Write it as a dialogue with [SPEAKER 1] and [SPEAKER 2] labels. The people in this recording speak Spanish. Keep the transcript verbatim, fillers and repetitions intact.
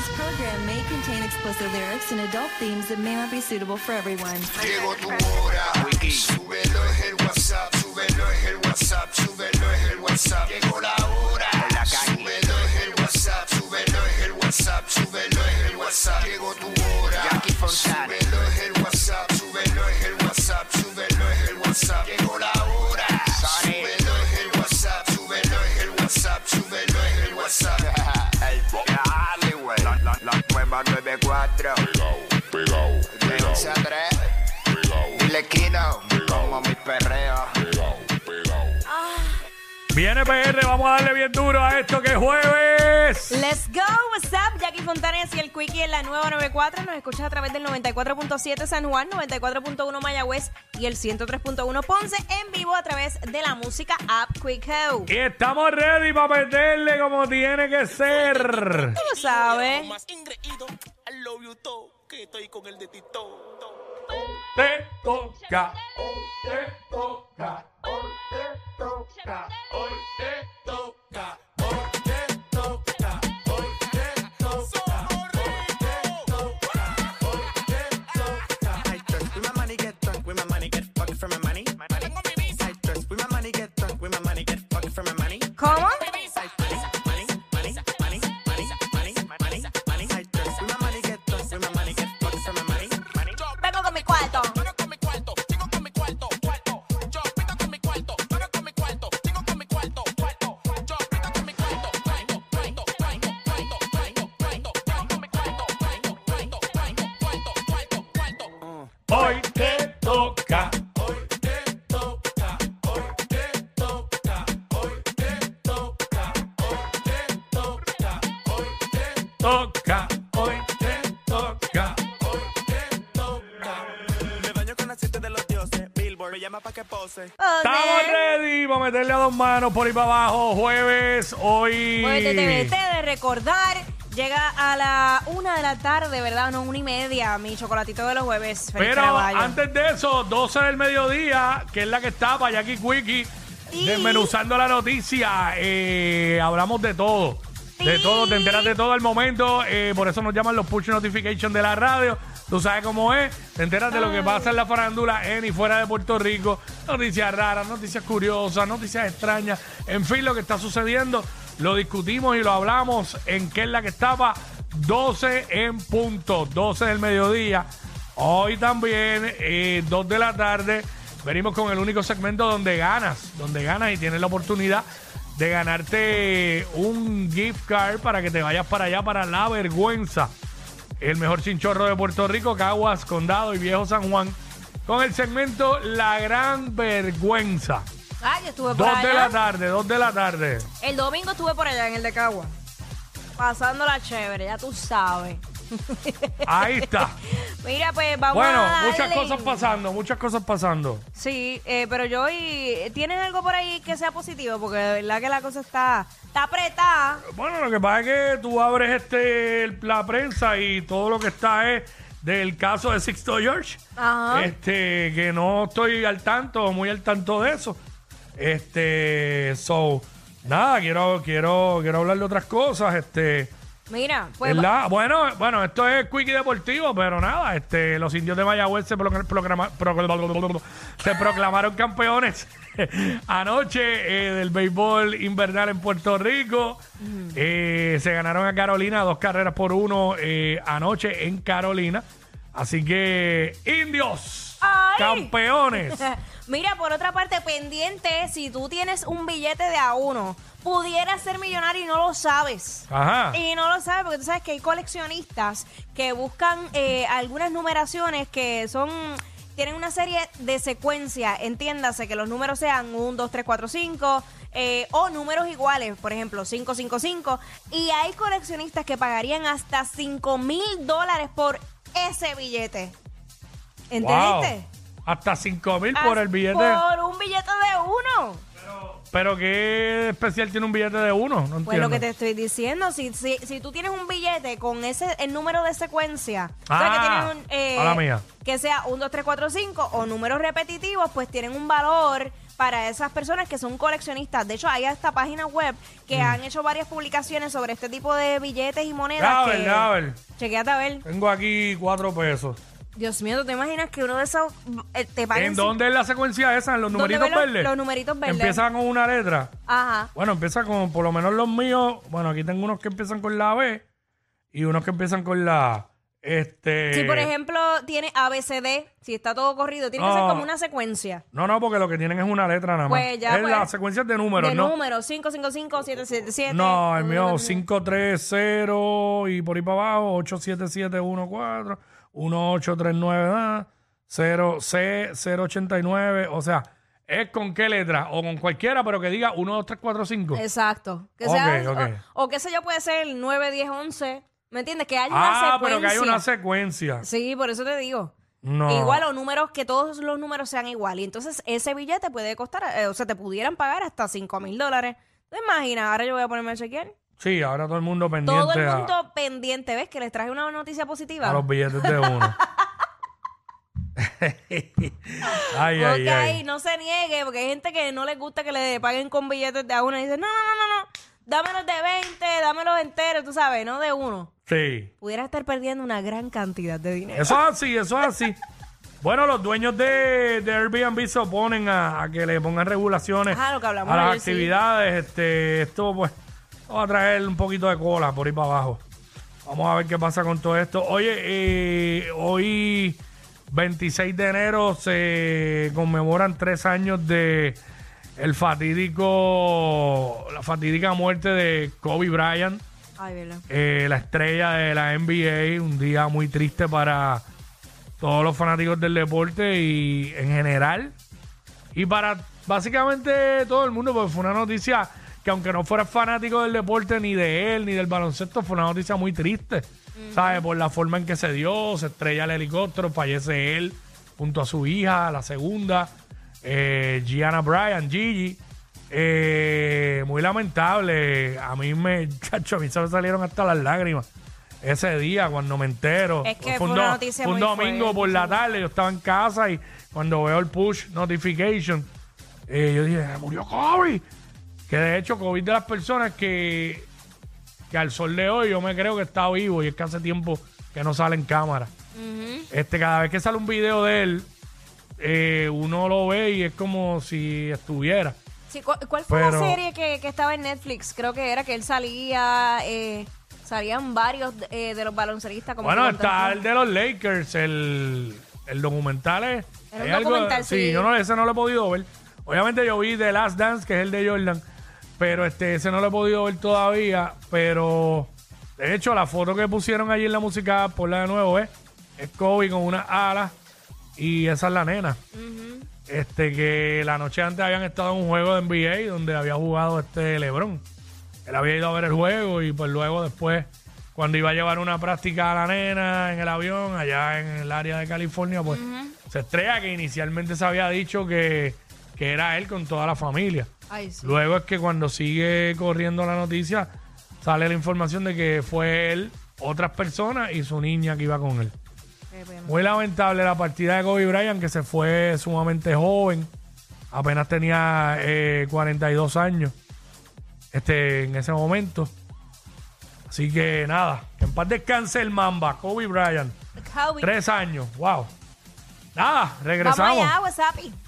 [SPEAKER 1] program may contain explicit lyrics and adult themes that may not be suitable for everyone.
[SPEAKER 2] Llegó tu hora, súbelo es el WhatsApp, súbelo es el WhatsApp, súbelo es el WhatsApp. Llegó la hora, súbelo es el WhatsApp, súbelo es el WhatsApp, súbelo es el WhatsApp. Llegó tu hora, súbelo es el WhatsApp, súbelo es el WhatsApp, súbelo es el WhatsApp. Llegó la hora, súbelo es el WhatsApp, súbelo es el WhatsApp, súbelo es el WhatsApp.
[SPEAKER 3] El dale, güey. La, la, la nueva noventa y cuatro.
[SPEAKER 2] Pegao, pegao,
[SPEAKER 3] De once a tres.
[SPEAKER 2] pegao,
[SPEAKER 3] Dile Kino. Como mi perreo.
[SPEAKER 2] pegao, pegao.
[SPEAKER 4] Viene P R, vamos a darle bien duro a esto que es jueves.
[SPEAKER 5] Let's go, what's up, Jackie Fontanes y el Quickie en la nueva noventa y cuatro. Nos escuchas a través del noventa y cuatro punto siete San Juan, noventa y cuatro punto uno Mayagüez y el ciento tres punto uno Ponce en vivo a través de la música App Quicko.
[SPEAKER 4] Y estamos ready para meterle como tiene que ser.
[SPEAKER 5] Tú lo sabes.
[SPEAKER 6] Más ingreído, I love you todo, que estoy con el de Tito.
[SPEAKER 4] Te toca, hoy te toca, hoy te toca, hoy te toca, hoy te toca, hoy te toca, hoy te toca, hoy te toca.
[SPEAKER 7] I trust with my money, get drunk with my money, get fucked for my money. I trust with my money, get drunk with my money, get fucked for my money.
[SPEAKER 5] ¿Cómo?
[SPEAKER 7] Money, money, money, money, money, money, money, money. I trust with my money, get drunk with my money, get fucked for my money. Money.
[SPEAKER 5] Vengo con mi cuarto.
[SPEAKER 6] Vengo con mi cuarto, sigo con mi cuarto, cuarto. Yo vengo con mi cuarto, vengo con mi cuarto, sigo con mi cuarto, cuarto. Yo vengo con mi cuarto, cuarto, cuarto, cuarto, cuarto, cuarto, cuarto. Vengo con mi cuarto, cuarto, cuarto, cuarto, cuarto, cuarto, cuarto.
[SPEAKER 4] Hoy te toca, hoy te toca, hoy te toca, hoy te toca, hoy te toca, hoy te toca, hoy te toca, hoy te toca.
[SPEAKER 7] Me baño con aceite de los dioses. Billboard me llama pa' que pose.
[SPEAKER 4] Estamos ready para meterle a dos manos por ahí para abajo. Jueves, hoy.
[SPEAKER 5] Pues de T V T, de recordar, llega a la una de la tarde, ¿verdad? No, una y media, mi chocolatito de los jueves. Feliz
[SPEAKER 4] Pero
[SPEAKER 5] Caraballo.
[SPEAKER 4] antes de eso, doce del mediodía, que es la que está para Jackie Quickie,
[SPEAKER 5] Sí.
[SPEAKER 4] desmenuzando la noticia. Eh, hablamos de todo. De
[SPEAKER 5] Sí.
[SPEAKER 4] todo, te enteras de todo al momento. Eh, por eso nos llaman los push notifications de la radio. Tú sabes cómo es. Te enteras de lo que pasa en la farándula en y fuera de Puerto Rico. Noticias raras, noticias curiosas, noticias extrañas. En fin, lo que está sucediendo lo discutimos y lo hablamos en qué es la que estaba doce en punto, doce del mediodía. Hoy también, eh, dos de la tarde, venimos con el único segmento donde ganas, donde ganas y tienes la oportunidad de ganarte un gift card para que te vayas para allá, para La Vergüenza, el mejor chinchorro de Puerto Rico, Caguas, Condado y Viejo San Juan, con el segmento La Gran Vergüenza.
[SPEAKER 5] Ah, yo estuve por
[SPEAKER 4] Dos de la
[SPEAKER 5] allá.
[SPEAKER 4] tarde, dos de la tarde.
[SPEAKER 5] El domingo estuve por allá en el de Cagua. Pasándola chévere, ya tú sabes.
[SPEAKER 4] Ahí está.
[SPEAKER 5] Mira, pues vamos
[SPEAKER 4] Bueno,
[SPEAKER 5] a darle.
[SPEAKER 4] muchas cosas pasando, muchas cosas pasando.
[SPEAKER 5] Sí, eh, pero yo hoy... ¿Tienes algo por ahí que sea positivo? Porque de verdad que la cosa está, está apretada.
[SPEAKER 4] Bueno, lo que pasa es que tú abres este el- la prensa y todo lo que está es del caso de Sixto George.
[SPEAKER 5] Ajá.
[SPEAKER 4] Este, que no estoy al tanto, muy al tanto de eso. Este, so, nada, quiero, quiero, quiero hablar de otras cosas. Este,
[SPEAKER 5] Mira, pues...
[SPEAKER 4] ¿verdad? Bueno, bueno, esto es Quickie Deportivo, pero nada, este, los indios de Mayagüez se, proclama- proclama- procl- se proclamaron campeones anoche eh, del béisbol invernal en Puerto Rico. Eh, se ganaron a Carolina dos carreras por uno eh, anoche en Carolina. Así que, indios,
[SPEAKER 5] ¡Ay!
[SPEAKER 4] campeones.
[SPEAKER 5] Mira, por otra parte, pendiente, si tú tienes un billete de a uno, pudieras ser millonario y no lo sabes.
[SPEAKER 4] Ajá.
[SPEAKER 5] Y no lo sabes porque tú sabes que hay coleccionistas que buscan eh, algunas numeraciones que son... Tienen una serie de secuencia, entiéndase que los números sean uno, dos, tres, cuatro, cinco eh, o números iguales, por ejemplo, cinco, cinco, cinco. Y hay coleccionistas que pagarían hasta cinco mil dólares por ese billete. ¿Entendiste?
[SPEAKER 4] Wow. Hasta cinco mil por el billete.
[SPEAKER 5] Por un billete de uno.
[SPEAKER 4] Pero ¿qué especial tiene un billete de uno? No entiendo.
[SPEAKER 5] Pues lo que te estoy diciendo, si, si, si tú tienes un billete con ese el número de secuencia, o sea, que,
[SPEAKER 4] Ah,
[SPEAKER 5] tienen un, eh,
[SPEAKER 4] mala mía.
[SPEAKER 5] que sea uno, dos, tres, cuatro, cinco o números repetitivos, pues tienen un valor para esas personas que son coleccionistas. De hecho, hay esta página web que
[SPEAKER 4] Mm.
[SPEAKER 5] han hecho varias publicaciones sobre este tipo de billetes y monedas.
[SPEAKER 4] A
[SPEAKER 5] que...
[SPEAKER 4] ver, a ver.
[SPEAKER 5] Chequéate a ver.
[SPEAKER 4] Tengo aquí cuatro pesos.
[SPEAKER 5] Dios mío, ¿tú te imaginas que uno de esos eh, te paguen
[SPEAKER 4] ¿En
[SPEAKER 5] cin-
[SPEAKER 4] dónde es la secuencia esa? ¿En los
[SPEAKER 5] ¿Dónde
[SPEAKER 4] numeritos
[SPEAKER 5] ven los-
[SPEAKER 4] verdes?
[SPEAKER 5] los numeritos verdes?
[SPEAKER 4] Empieza con una letra.
[SPEAKER 5] Ajá.
[SPEAKER 4] Bueno, empieza con, por lo menos los míos. Bueno, aquí tengo unos que empiezan con la B y unos que empiezan con la A. Este.
[SPEAKER 5] Si, por ejemplo, tiene A B C D, si está todo corrido, tiene que
[SPEAKER 4] No.
[SPEAKER 5] ser como una secuencia.
[SPEAKER 4] No, no, porque lo que tienen es una letra nada más.
[SPEAKER 5] Pues ya,
[SPEAKER 4] es
[SPEAKER 5] pues,
[SPEAKER 4] la secuencia de números,
[SPEAKER 5] de
[SPEAKER 4] ¿no?
[SPEAKER 5] números, cinco cinco cinco, siete siete siete.
[SPEAKER 4] No, el mío cinco tres cero y por ahí para abajo, ocho siete siete uno cuatro, uno ocho tres nueve, cero C cero ochenta y nueve, o sea, es con qué letra o con cualquiera, pero que diga uno dos tres cuatro cinco.
[SPEAKER 5] Exacto. Que
[SPEAKER 4] Ok,
[SPEAKER 5] sea,
[SPEAKER 4] ok.
[SPEAKER 5] O, o qué sé yo, puede ser el nueve diez once. ¿Me entiendes? Que haya
[SPEAKER 4] Ah,
[SPEAKER 5] una secuencia.
[SPEAKER 4] pero que hay una secuencia.
[SPEAKER 5] Sí, por eso te digo.
[SPEAKER 4] No.
[SPEAKER 5] Igual o números, que todos los números sean igual. Y entonces ese billete puede costar, eh, o sea, te pudieran pagar hasta cinco mil dólares. ¿Te imaginas? Ahora yo voy a ponerme a chequear.
[SPEAKER 4] Sí, ahora todo el mundo pendiente
[SPEAKER 5] Todo el
[SPEAKER 4] a-
[SPEAKER 5] mundo pendiente. ¿Ves? Que les traje una noticia positiva.
[SPEAKER 4] a, los billetes de uno. ay, ay,
[SPEAKER 5] Ok,
[SPEAKER 4] ay.
[SPEAKER 5] no se niegue, porque hay gente que no les gusta que le paguen con billetes de a uno y dicen, no, no, no, no, no, dámelos de veinte, dámelos enteros, tú sabes, no de uno.
[SPEAKER 4] Sí.
[SPEAKER 5] Pudiera estar perdiendo una gran cantidad de dinero.
[SPEAKER 4] Eso es así, eso es así. Bueno, los dueños de, de Airbnb se oponen a, a que le pongan regulaciones
[SPEAKER 5] Ajá, lo que hablamos
[SPEAKER 4] a las
[SPEAKER 5] ayer, sí.
[SPEAKER 4] actividades. Este, esto pues va a traer un poquito de cola por ahí para abajo. Vamos a ver qué pasa con todo esto. Oye, eh, hoy veintiséis de enero se conmemoran tres años de el fatídico, la fatídica muerte de Kobe Bryant.
[SPEAKER 5] Ay, verdad.
[SPEAKER 4] Eh, la estrella de la N B A, un día muy triste para todos los fanáticos del deporte y en general, y para básicamente todo el mundo, porque fue una noticia que aunque no fueras fanático del deporte, ni de él, ni del baloncesto, fue una noticia muy triste, ¿sabes? Por la forma en que se dio, se estrella el helicóptero, fallece él junto a su hija, la segunda, eh, Gianna Bryant, Gigi. Eh, muy lamentable. A mí me, chacho, a mí se me salieron hasta las lágrimas ese día cuando me entero.
[SPEAKER 5] Es que
[SPEAKER 4] un
[SPEAKER 5] fue una
[SPEAKER 4] do-
[SPEAKER 5] noticia
[SPEAKER 4] fue un
[SPEAKER 5] muy
[SPEAKER 4] domingo
[SPEAKER 5] fuerte,
[SPEAKER 4] por la
[SPEAKER 5] sí.
[SPEAKER 4] tarde, yo estaba en casa y cuando veo el push notification, eh, yo dije, murió Kobe. Que de hecho Kobe es de las personas que, que al sol de hoy yo me creo que está vivo y es que hace tiempo que no sale en cámara. Este, cada vez que sale un video de él, eh, uno lo ve y es como si estuviera.
[SPEAKER 5] Sí, ¿cu- ¿Cuál fue
[SPEAKER 4] Pero-
[SPEAKER 5] la serie que, que estaba en Netflix? Creo que era que él salía, eh, salían varios eh, de los balonceristas. Como
[SPEAKER 4] Bueno,
[SPEAKER 5] que
[SPEAKER 4] está
[SPEAKER 5] contemplaban.
[SPEAKER 4] el de los Lakers, el, el documental es...
[SPEAKER 5] Era un
[SPEAKER 4] hay algo-
[SPEAKER 5] documental, sí.
[SPEAKER 4] yo no, ese no lo he podido ver. Obviamente yo vi The Last Dance, que es el de Jordan, pero este ese no lo he podido ver todavía, pero de hecho la foto que pusieron allí en la música, por la de nuevo, es, es Kobe con unas alas y esa es la nena. Este que la noche antes habían estado en un juego de N B A donde había jugado este LeBron. Él había ido a ver el juego y pues luego después, cuando iba a llevar una práctica a la nena en el avión allá en el área de California, pues se estrella, que inicialmente se había dicho que, que era él con toda la familia.
[SPEAKER 5] Ay, sí.
[SPEAKER 4] Luego es que cuando sigue corriendo la noticia, sale la información de que fue él, otras personas y su niña que iba con él.
[SPEAKER 5] Qué pena.
[SPEAKER 4] Muy lamentable la partida de Kobe Bryant, que se fue sumamente joven. Apenas tenía eh, cuarenta y dos años este, en ese momento. Así que nada, que en paz descanse el Mamba, Kobe Bryant.
[SPEAKER 5] Kobe.
[SPEAKER 4] Tres años, wow. Nada,
[SPEAKER 5] Vamos
[SPEAKER 4] regresamos.
[SPEAKER 5] allá, what's up?